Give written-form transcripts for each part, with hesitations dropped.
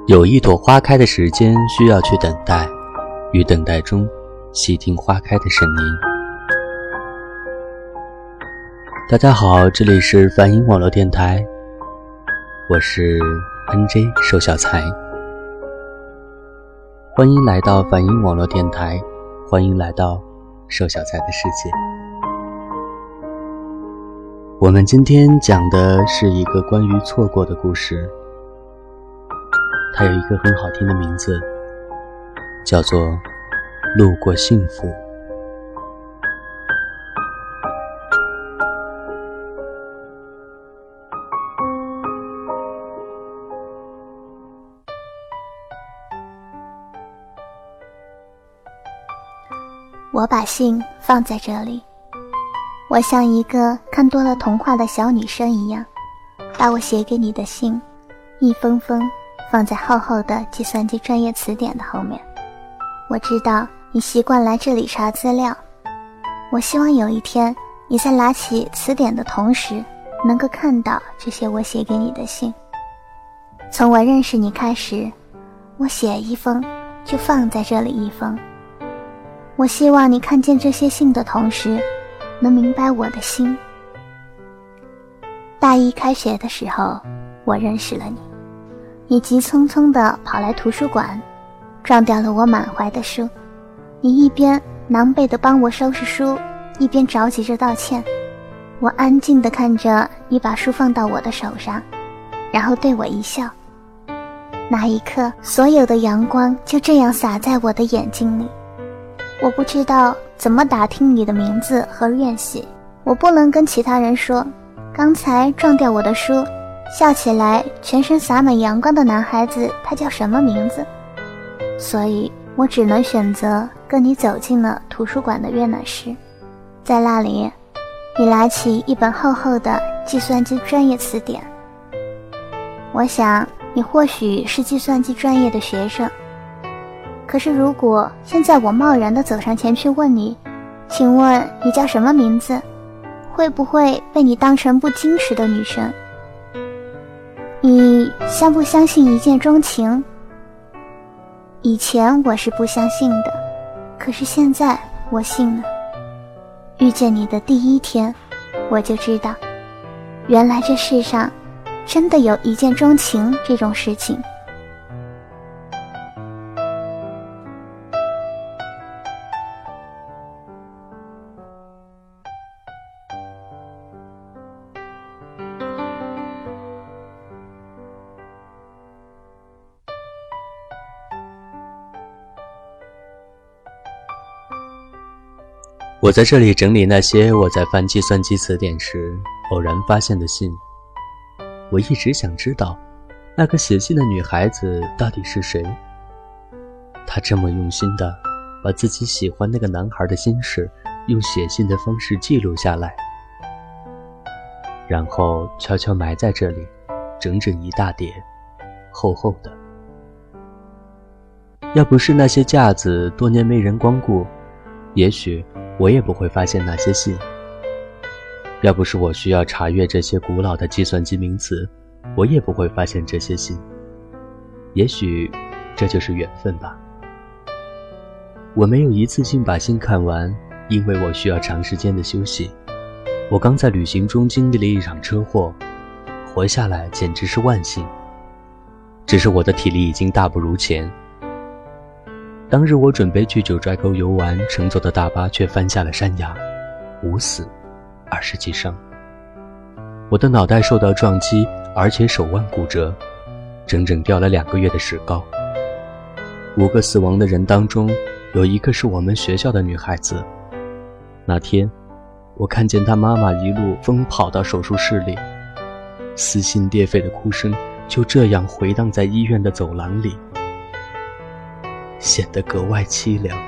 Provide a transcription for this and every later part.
有一朵花开的时间需要去等待，于等待中细听花开的声音。大家好，这里是梵音网络电台，我是 NJ 瘦小才，欢迎来到梵音网络电台，欢迎来到瘦小才的世界。我们今天讲的是一个关于错过的故事，它有一个很好听的名字，叫做路过幸福。 我把信放在这里，我像一个看多了童话的小女生一样，把我写给你的信一封封放在厚厚的计算机专业词典的后面。我知道你习惯来这里查资料，我希望有一天你在拿起词典的同时能够看到这些我写给你的信。从我认识你开始，我写一封就放在这里一封。我希望你看见这些信的同时能明白我的心。大一开学的时候，我认识了你，你急匆匆地跑来图书馆，撞掉了我满怀的书。你一边狼狈地帮我收拾书，一边着急着道歉。我安静地看着你把书放到我的手上，然后对我一笑。那一刻，所有的阳光就这样洒在我的眼睛里。我不知道怎么打听你的名字和院系，我不能跟其他人说刚才撞掉我的书笑起来全身洒满阳光的男孩子他叫什么名字，所以我只能选择跟你走进了图书馆的阅览室。在那里，你拿起一本厚厚的计算机专业词典。我想你或许是计算机专业的学生，可是如果现在我贸然地走上前去问你，请问你叫什么名字，会不会被你当成不矜持的女生？你相不相信一见钟情？以前我是不相信的，可是现在我信了。遇见你的第一天，我就知道，原来这世上真的有一见钟情这种事情。 我在这里整理那些我在翻计算机词典时偶然发现的信。我一直想知道，那个写信的女孩子到底是谁？她这么用心地把自己喜欢那个男孩的心事用写信的方式记录下来，然后悄悄埋在这里，整整一大叠，厚厚的。要不是那些架子多年没人光顾，也许我也不会发现那些信。要不是我需要查阅这些古老的计算机名词，我也不会发现这些信。也许这就是缘分吧。我没有一次性把信看完，因为我需要长时间的休息。我刚在旅行中经历了一场车祸，活下来简直是万幸。只是我的体力已经大不如前。当日我准备去九寨沟游玩，乘坐的大巴却翻下了山崖，5死20几伤。我的脑袋受到撞击，而且手腕骨折，整整掉了2个月的石膏。5个死亡的人当中，有1个是我们学校的女孩子。那天我看见她妈妈一路疯跑到手术室里，撕心裂肺的哭声就这样回荡在医院的走廊里，显得格外凄凉。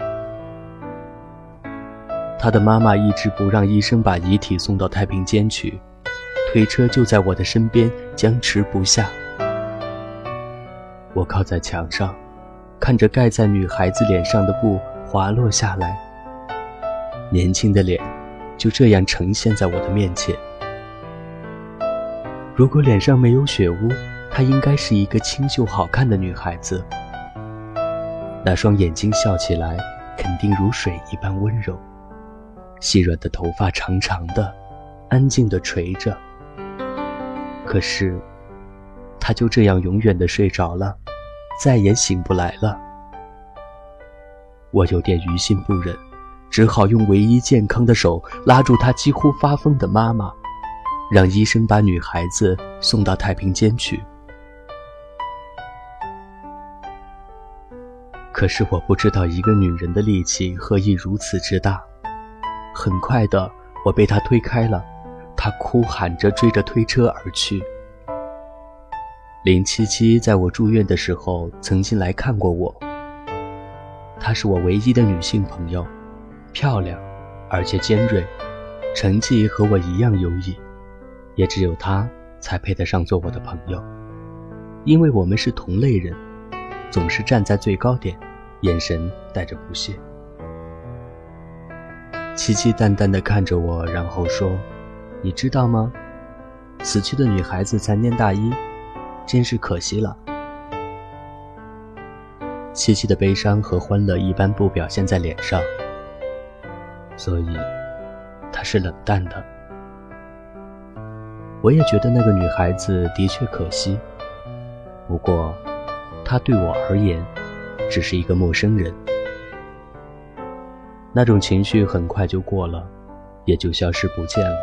他的妈妈一直不让医生把遗体送到太平间去，推车就在我的身边，僵持不下。我靠在墙上，看着盖在女孩子脸上的布滑落下来，年轻的脸就这样呈现在我的面前。如果脸上没有血污， 她应该是一个清秀好看的女孩子，那双眼睛笑起来肯定如水一般温柔，细软的头发长长的，安静地垂着。可是她就这样永远地睡着了，再也醒不来了。我有点于心不忍，只好用唯一健康的手拉住她几乎发疯的妈妈，让医生把女孩子送到太平间去。可是我不知道一个女人的力气何以如此之大，很快的我被她推开了，她哭喊着追着推车而去。林七七在我住院的时候曾经来看过我，她是我唯一的女性朋友，漂亮而且尖锐，成绩和我一样优异，也只有她才配得上做我的朋友，因为我们是同类人，总是站在最高点，眼神带着不屑。七七淡淡地看着我，然后说：你知道吗？死去的女孩子才念大一，真是可惜了。七七的悲伤和欢乐一般不表现在脸上，所以她是冷淡的。我也觉得那个女孩子的确可惜，不过她对我而言只是一个陌生人。那种情绪很快就过了，也就消失不见了。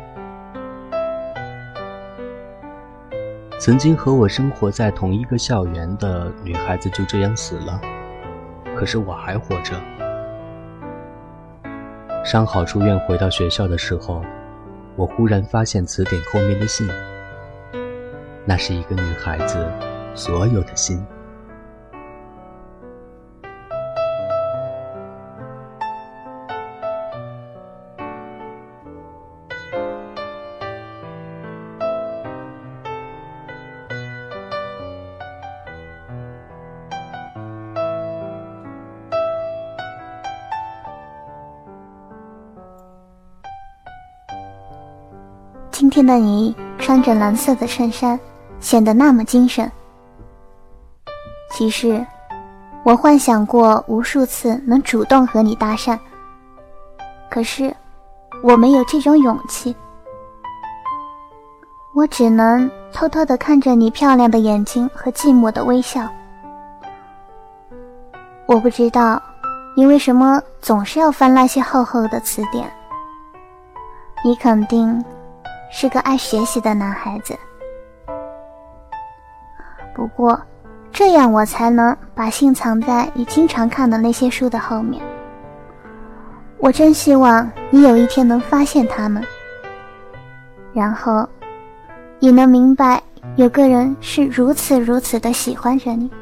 曾经和我生活在同一个校园的女孩子就这样死了，可是我还活着。伤好出院回到学校的时候，我忽然发现词典后面的信，那是一个女孩子所有的心。 今天的你穿着蓝色的衬衫，显得那么精神。其实，我幻想过无数次能主动和你搭讪，可是我没有这种勇气。我只能偷偷地看着你漂亮的眼睛和寂寞的微笑。我不知道你为什么总是要翻那些厚厚的词典，你肯定是个爱学习的男孩子。不过这样我才能把信藏在你经常看的那些书的后面。我真希望你有一天能发现它们，然后你能明白有个人是如此如此的喜欢着你。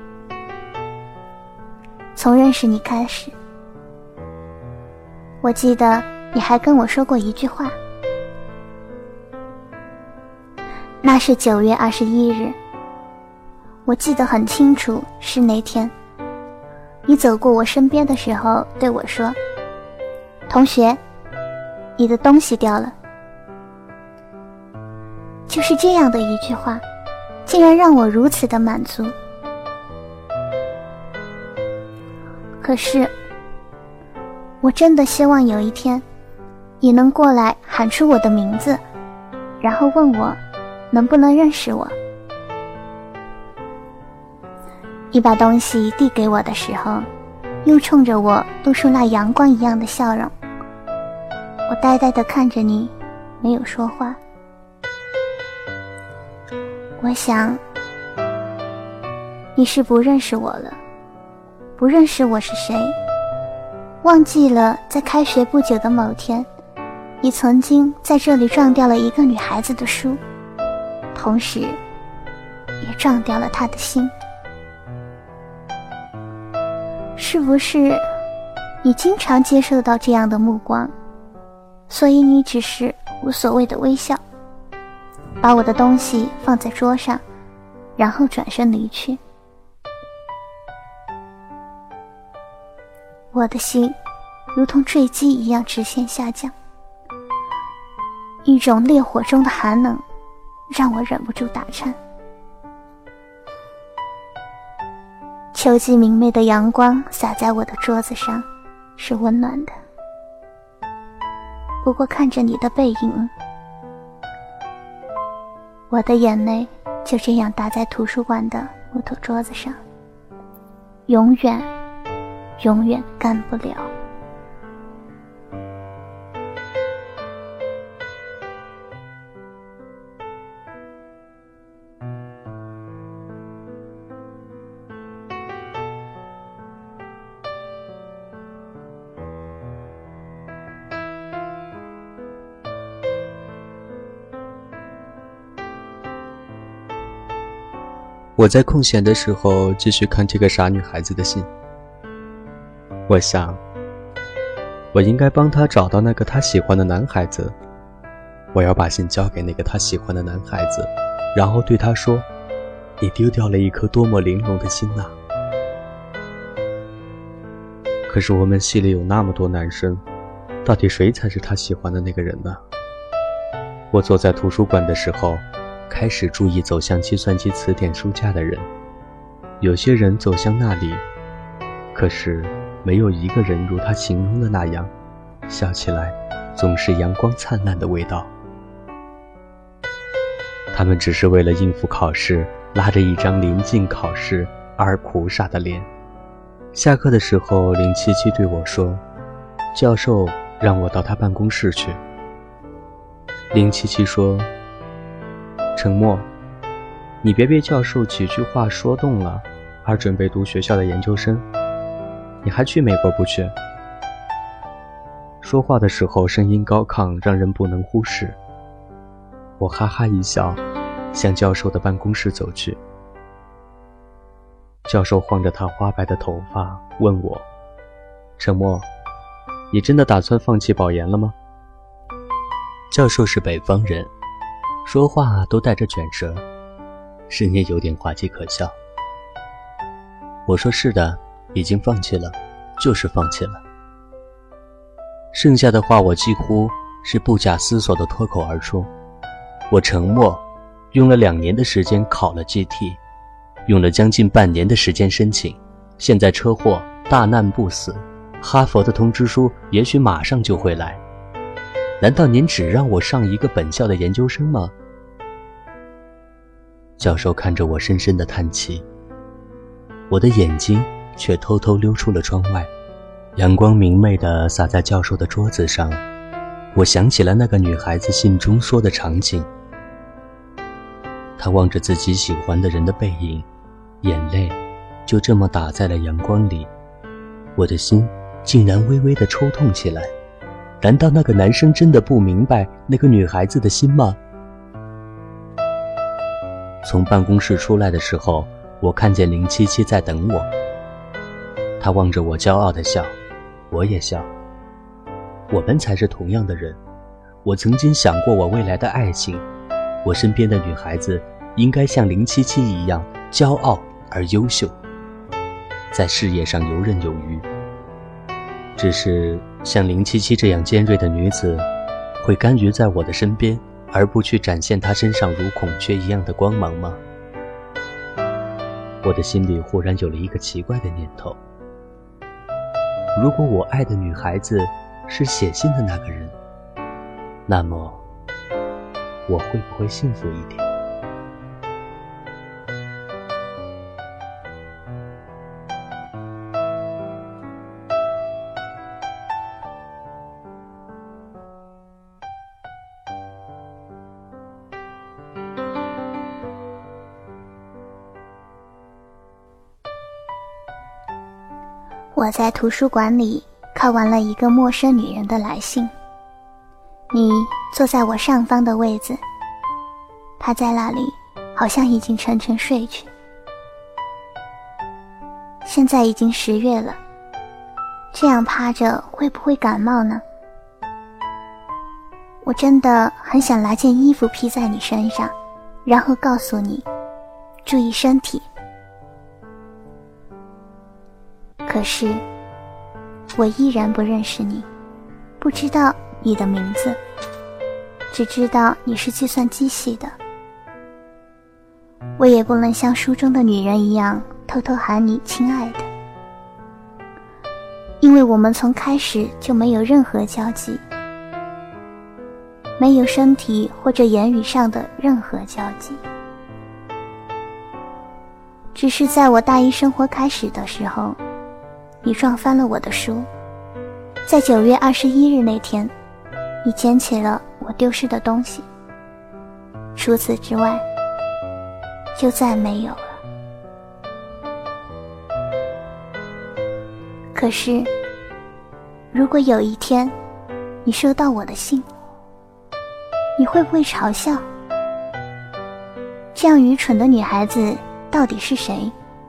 从认识你开始，我记得你还跟我说过一句话，那是9月21日，我记得很清楚，是那天你走过我身边的时候对我说，同学，你的东西掉了。就是这样的一句话，竟然让我如此的满足。可是我真的希望有一天你能过来喊出我的名字，然后问我能不能认识我。你把东西递给我的时候，又冲着我露出那阳光一样的笑容。我呆呆地看着你，没有说话。我想你是不认识我了，不认识我是谁，忘记了在开学不久的某天，你曾经在这里撞掉了一个女孩子的书，同时也撞掉了她的心。是不是你经常接受到这样的目光，所以你只是无所谓的微笑，把我的东西放在桌上，然后转身离去。我的心如同坠机一样直线下降，一种烈火中的寒冷让我忍不住打颤。 秋季明媚的阳光洒在我的桌子上，是温暖的。不过看着你的背影，我的眼泪就这样打在图书馆的木头桌子上，永远永远干不了。 我在空闲的时候继续看这个傻女孩子的信。我想，我应该帮她找到那个她喜欢的男孩子。我要把信交给那个她喜欢的男孩子，然后对他说：“你丢掉了一颗多么玲珑的心啊！”可是我们系里有那么多男生，到底谁才是她喜欢的那个人呢？我坐在图书馆的时候，开始注意走向计算机词典书架的人。有些人走向那里，可是没有一个人如他形容的那样，笑起来总是阳光灿烂的味道。他们只是为了应付考试，拉着一张临近考试而苦傻的脸。下课的时候，077对我说：“教授让我到他办公室去。”077说：“陈默，你别被教授几句话说动了，而准备读学校的研究生。你还去美国不去？”说话的时候声音高亢，让人不能忽视。我哈哈一笑，向教授的办公室走去。教授晃着他花白的头发问我：“陈默，你真的打算放弃保研了吗？”教授是北方人，说话都带着卷舌，声音有点滑稽可笑。我说：“是的，已经放弃了，就是放弃了。”剩下的话我几乎是不假思索地脱口而出。我陈默用了2年的时间考了 GT， 用了将近半年的时间申请，现在车祸大难不死，哈佛的通知书也许马上就会来。难道您只让我上一个本校的研究生吗？教授看着我深深地叹气，我的眼睛却偷偷溜出了窗外，阳光明媚地洒在教授的桌子上。我想起了那个女孩子信中说的场景，她望着自己喜欢的人的背影，眼泪就这么打在了阳光里，我的心竟然微微地抽痛起来。难道那个男生真的不明白那个女孩子的心吗？从办公室出来的时候，我看见077在等我，他望着我骄傲地笑，我也笑。我们才是同样的人。我曾经想过我未来的爱情，我身边的女孩子应该像077一样骄傲而优秀，在事业上游刃有余。只是像077这样尖锐的女子，会甘于在我的身边，而不去展现她身上如孔雀一样的光芒吗？我的心里忽然有了一个奇怪的念头，如果我爱的女孩子是写信的那个人，那么我会不会幸福一点？ 我在图书馆里看完了一个陌生女人的来信，你坐在我上方的位子，她在那里好像已经沉沉睡去。现在已经10月了，这样趴着会不会感冒呢？我真的很想拿件衣服披在你身上，然后告诉你注意身体。可是我依然不认识你，不知道你的名字，只知道你是计算机系的。我也不能像书中的女人一样偷偷喊你亲爱的。因为我们从开始就没有任何交集，没有身体或者言语上的任何交集，只是在我大一生活开始的时候，你撞翻了我的书，在9月21日那天，你捡起了我丢失的东西，除此之外就再没有了。可是如果有一天你收到我的信，你会不会嘲笑这样愚蠢的女孩子到底是谁？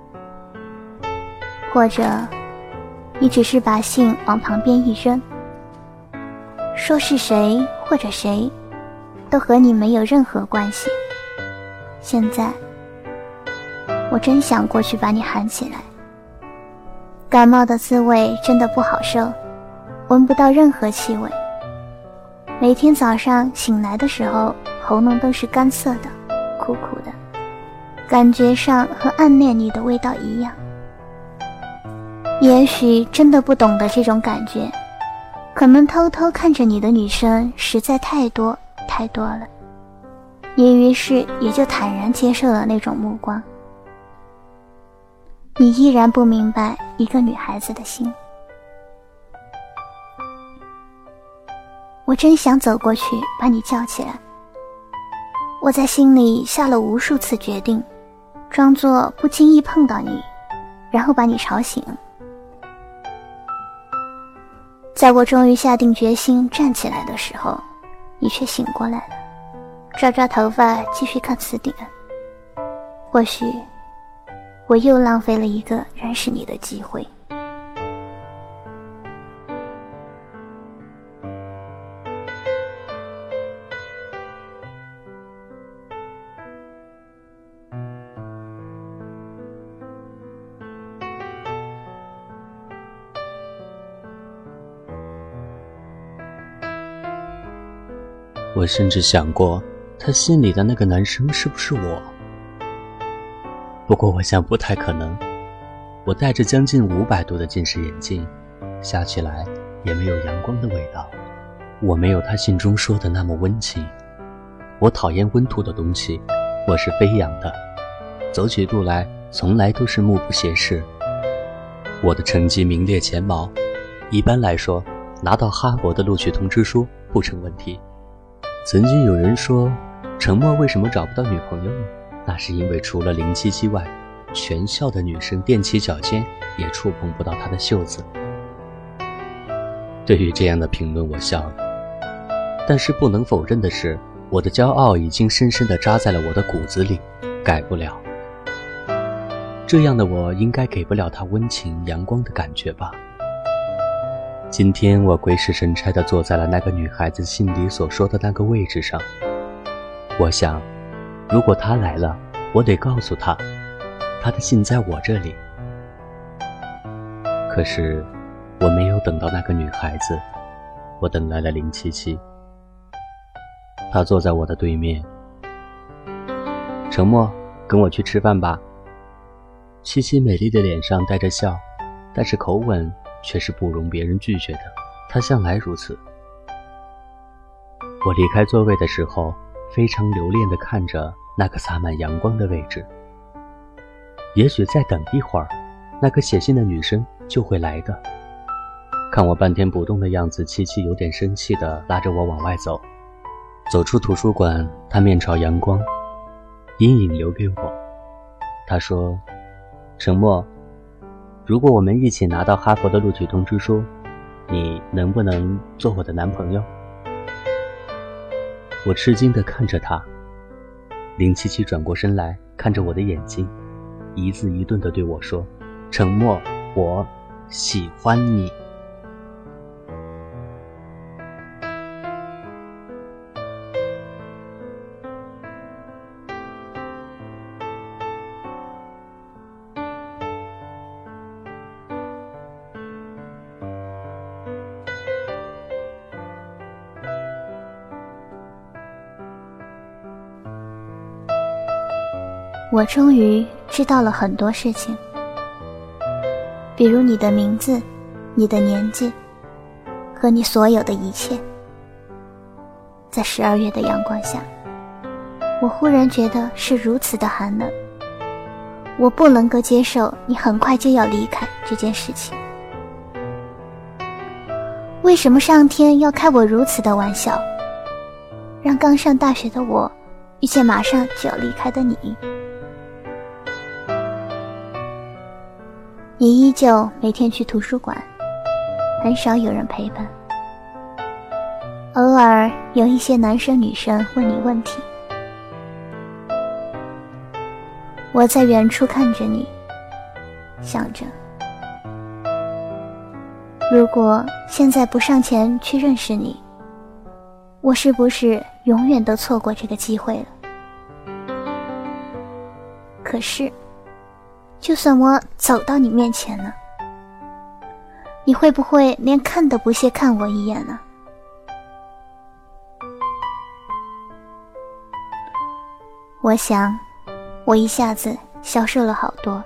或者你只是把信往旁边一扔，说是谁或者谁都和你没有任何关系。现在我真想过去把你喊起来，感冒的滋味真的不好受，闻不到任何气味，每天早上醒来的时候，喉咙都是干涩的，苦苦的，感觉上和暗恋你的味道一样。也许真的不懂得这种感觉，可能偷偷看着你的女生实在太多太多了，你于是也就坦然接受了那种目光。你依然不明白一个女孩子的心。我真想走过去把你叫起来，我在心里下了无数次决定，装作不经意碰到你，然后把你吵醒。在我终于下定决心站起来的时候，你却醒过来了，抓抓头发继续看词典。或许我又浪费了一个认识你的机会。 我甚至想过，他信里的那个男生是不是我？不过我想不太可能。我戴着将近500度的近视眼镜，瞎起来也没有阳光的味道。我没有他信中说的那么温情。我讨厌温度的东西，我是飞扬的，走起路来从来都是目不斜视。我的成绩名列前茅，一般来说，拿到哈佛的录取通知书不成问题。曾经有人说，陈默为什么找不到女朋友呢？那是因为除了077外，全校的女生踮起脚尖也触碰不到他的袖子。对于这样的评论我笑了，但是不能否认的是，我的骄傲已经深深地扎在了我的骨子里，改不了。这样的我应该给不了他温情阳光的感觉吧。今天我鬼使神差地坐在了那个女孩子信里所说的那个位置上。我想，如果她来了，我得告诉她，她的信在我这里。可是我没有等到那个女孩子，我等来了077。她坐在我的对面。陈默，跟我去吃饭吧。七七美丽的脸上带着笑，但是口吻却是不容别人拒绝的，她向来如此。我离开座位的时候，非常留恋地看着那个洒满阳光的位置。也许再等一会儿，那个写信的女生就会来的。看我半天不动的样子，七七有点生气地拉着我往外走。走出图书馆，她面朝阳光，阴影留给我。她说，陈默，如果我们一起拿到哈佛的录取通知书，你能不能做我的男朋友？我吃惊地看着他。077转过身来，看着我的眼睛，一字一顿地对我说，陈默，我喜欢你。 我终于知道了很多事情， 比如你的名字、你的年纪和你所有的一切。在12月的阳光下，我忽然觉得是如此的寒冷。我不能够接受你很快就要离开这件事情。为什么上天要开我如此的玩笑，让刚上大学的我遇见马上就要离开的你？你依旧每天去图书馆，很少有人陪伴，偶尔有一些男生女生问你问题。我在远处看着你，想着，如果现在不上前去认识你，我是不是永远都错过这个机会了？可是，就算我走到你面前呢，你会不会连看都不屑看我一眼呢？我想，我一下子消瘦了好多。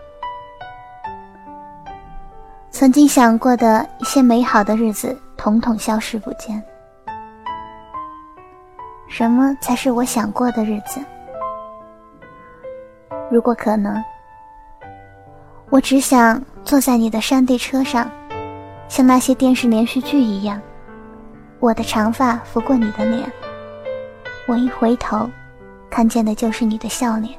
曾经想过的一些美好的日子，统统消失不见。什么才是我想过的日子？如果可能，我只想坐在你的山地车上，像那些电视连续剧一样，我的长发拂过你的脸，我一回头，看见的就是你的笑脸。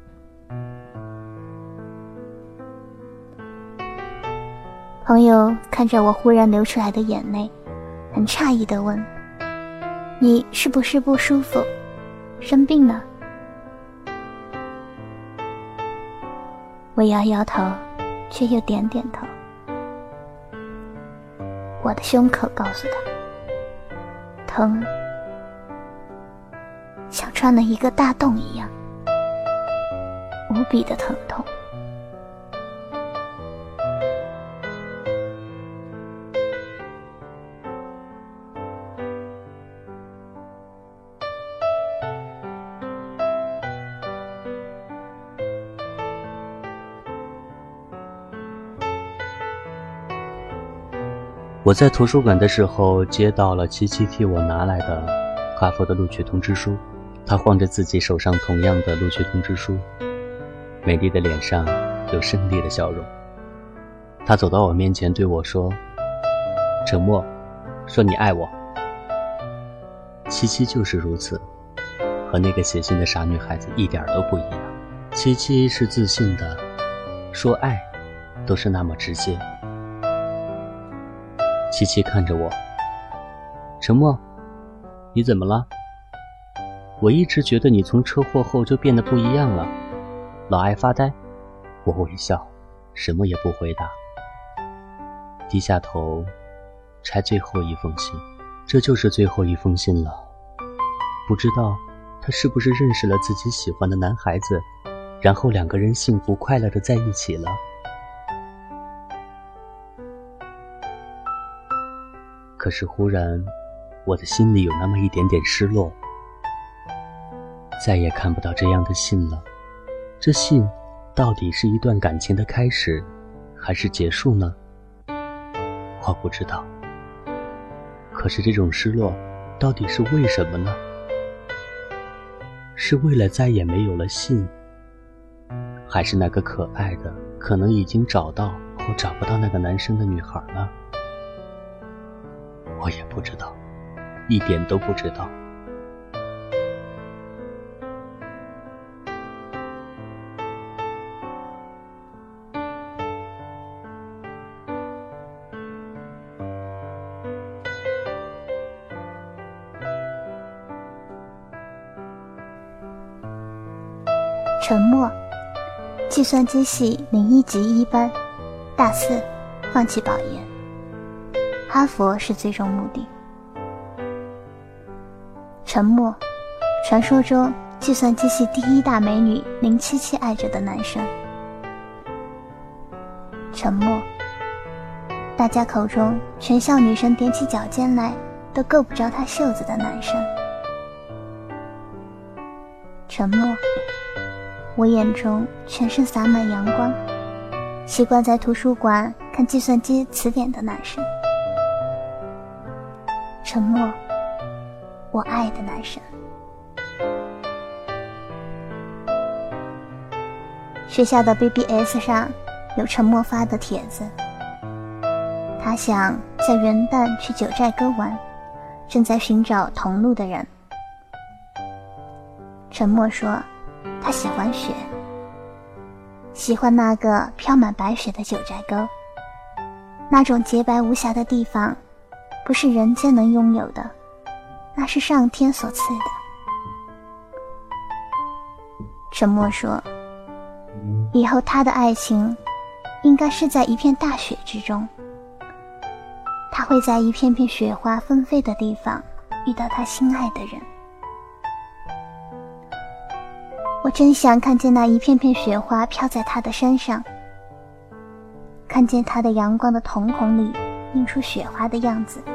朋友看着我忽然流出来的眼泪，很诧异地问：你是不是不舒服，生病了？我摇摇头，却又点点头。我的胸口告诉他，疼，像穿了一个大洞一样，无比的疼痛。 我在图书馆的时候接到了七七替我拿来的哈佛的录取通知书，他晃着自己手上同样的录取通知书，美丽的脸上有胜利的笑容。他走到我面前对我说：沉默，说你爱我。七七就是如此，和那个写信的傻女孩子一点都不一样。七七是自信的，说爱都是那么直接。七七看着我，沉默，你怎么了？我一直觉得你从车祸后就变得不一样了，老爱发呆。我微笑，什么也不回答，低下头拆最后一封信。这就是最后一封信了。不知道他是不是认识了自己喜欢的男孩子，然后两个人幸福快乐地在一起了。可是忽然，我的心里有那么一点点失落，再也看不到这样的信了。这信到底是一段感情的开始，还是结束呢？我不知道。可是这种失落，到底是为什么呢？是为了再也没有了信，还是那个可爱的，可能已经找到或找不到那个男生的女孩呢？我也不知道，一点都不知道。 沉默，计算机系01级1班，大4，放弃保研。哈佛是最终目的。沉默，传说中计算机系第一大美女077爱着的男生。沉默，大家口中全校女生踮起脚尖来都够不着他袖子的男生。沉默，我眼中全是洒满阳光，习惯在图书馆看计算机词典的男生。沉默，我爱的男生。学校的 BBS 上有沉默发的帖子，他想在元旦去九寨沟玩，正在寻找同路的人。沉默说他喜欢雪，喜欢那个飘满白雪的九寨沟，那种洁白无瑕的地方不是人间能拥有的，那是上天所赐的。沉默说以后他的爱情应该是在一片大雪之中，他会在一片片雪花纷飞的地方遇到他心爱的人。我真想看见那一片片雪花飘在他的身上，看见他的阳光的瞳孔里映出雪花的样子。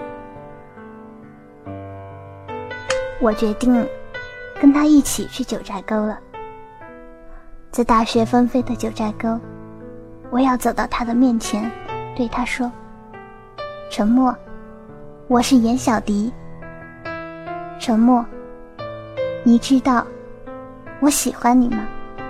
我决定跟他一起去九寨沟了。在大雪纷飞的九寨沟，我要走到他的面前，对他说：沉默，我是严小迪。沉默，你知道我喜欢你吗？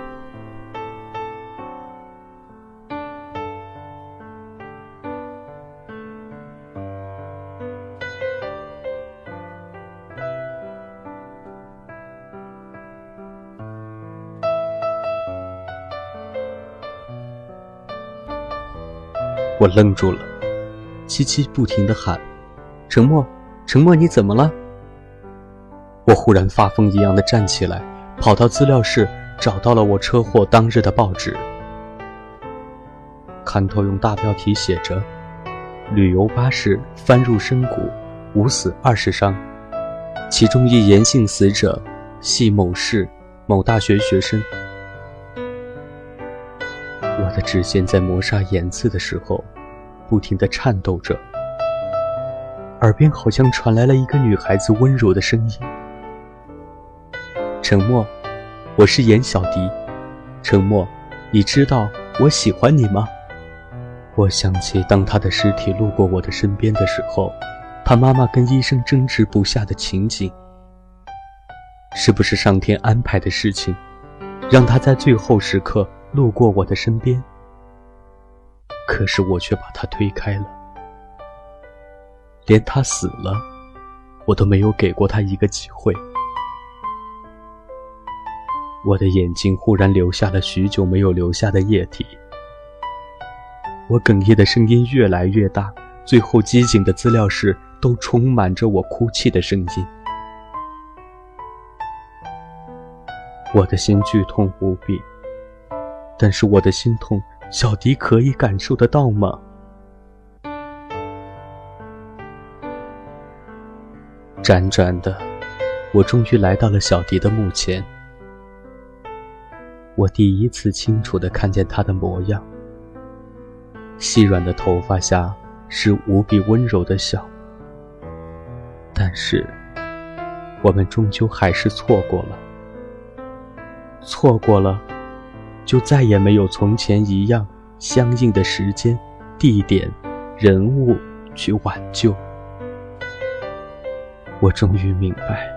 我愣住了，七七不停地喊：沉默，沉默，你怎么了？我忽然发疯一样的站起来，跑到资料室，找到了我车祸当日的报纸。看头用大标题写着：旅游巴士翻入深谷，5死20伤，其中一严姓死者系某市某大学学生。我的指尖在磨砂岩刺的时候不停地颤抖着，耳边好像传来了一个女孩子温柔的声音：沉默，我是严小迪。沉默，你知道我喜欢你吗？我想起当他的尸体路过我的身边的时候，他妈妈跟医生争执不下的情景。是不是上天安排的事情，让他在最后时刻路过我的身边？可是我却把他推开了，连他死了，我都没有给过他一个机会。我的眼睛忽然流下了许久没有流下的液体，我哽咽的声音越来越大，最后机警的资料室都充满着我哭泣的声音。我的心剧痛无比，但是我的心痛，小迪可以感受得到吗？辗转的，我终于来到了小迪的墓前。我第一次清楚地看见他的模样，细软的头发下是无比温柔的笑。但是我们终究还是错过了，错过了，就再也没有从前一样相应的时间、地点、人物去挽救。我终于明白，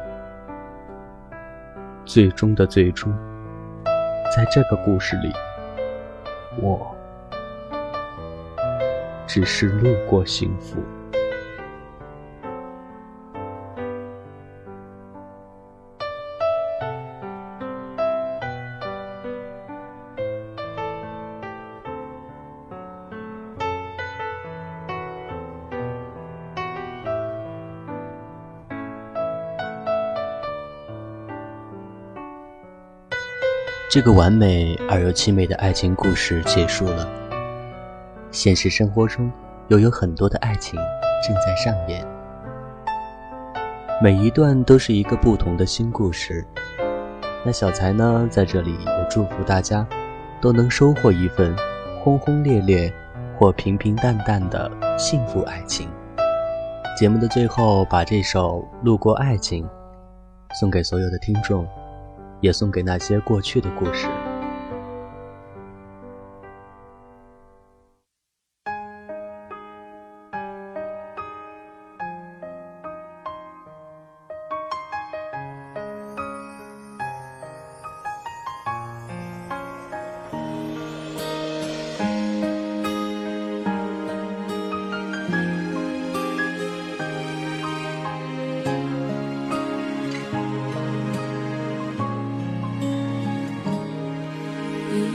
最终的最终，在这个故事里，我只是路过幸福。 这个完美而又凄美的爱情故事结束了。现实生活中又有很多的爱情正在上演，每一段都是一个不同的新故事。那小才呢，在这里也祝福大家都能收获一份轰轰烈烈或平平淡淡的幸福爱情。节目的最后，把这首《路过爱情》送给所有的听众，也送给那些过去的故事。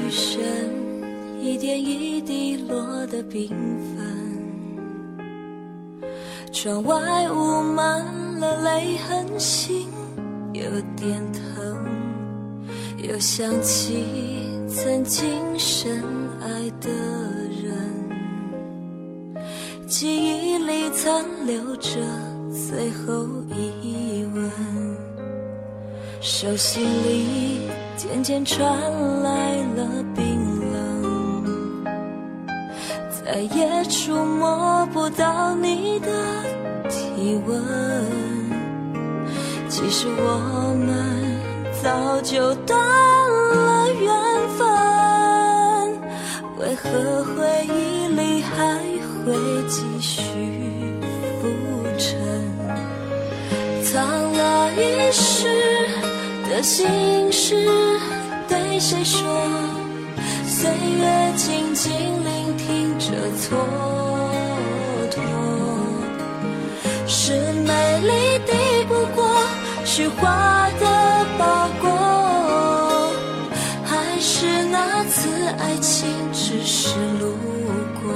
雨声一点一滴落得缤纷，窗外雾满了泪痕，心有点疼，又想起曾经深爱的人，记忆里残留着最后一吻，手心里渐渐传来了冰冷，再也触摸不到你的体温。其实我们早就断了缘分，为何回忆里还会继续浮沉？藏了一世的心事对谁说？岁月静静聆听着蹉跎，是美丽抵不过虚华的包裹，还是那次爱情只是路过？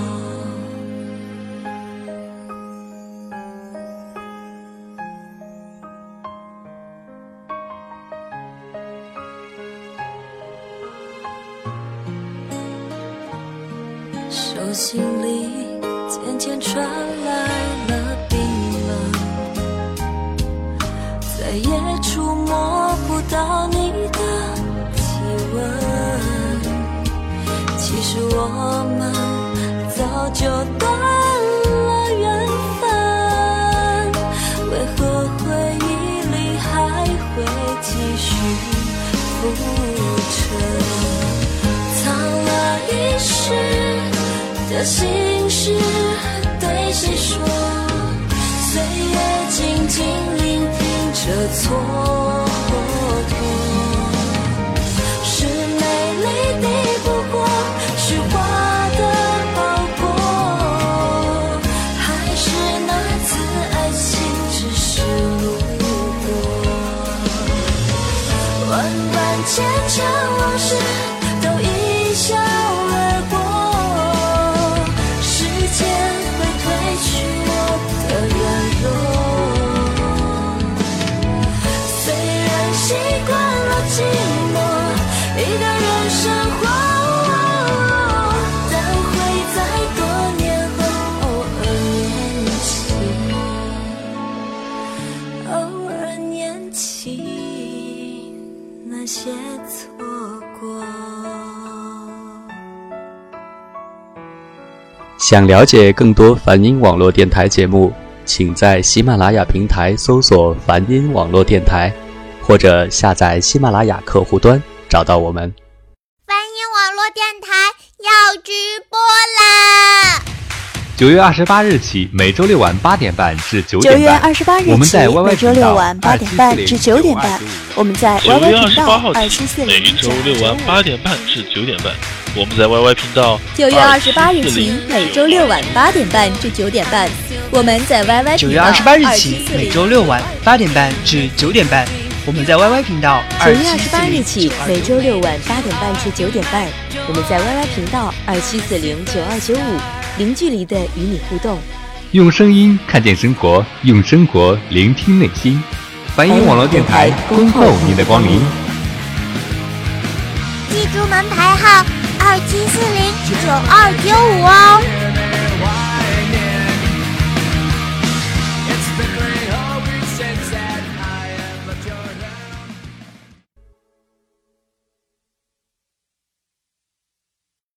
手心里渐渐传来了冰冷，再也触摸不到你的体温。其实我们早就断了缘分，为何回忆里还会继续浮沉？藏了一世的心事对谁说？岁月静静聆听着蹉跎，是美丽抵不过虚华的包裹，还是那次爱情只是路过？万般牵肠往事都一笑而过，时间会褪去我的软弱。虽然习惯了寂寞，一个人生活，但会在多年后偶尔念起那些错过。 想了解更多梵音网络电台节目，请在喜马拉雅平台搜索梵音网络电台，或者下载喜马拉雅客户端找到我们。 梵音网络电台要直播啦 ！9月28日起，每周六晚8点半至9点半。9 月28日起， 我们在 YY 每周六晚8点半至9点半。我们在 YY 频道2740。 每周六晚8点半至9点半。我们在 YY 频道。 9月28日起，每周六晚8点半至9点半。我们在 YY 频道。9 月28日起，每周六晚8点半至9点半。我们在 YY 频道。 9月28日起，每周六晚8点半至9点半。我们在 YY 频道27409295。零距离的与你互动， 用声音看见生活，用生活聆听内心。梵音网络电台恭候您的光临。 记住门牌号27409295哦。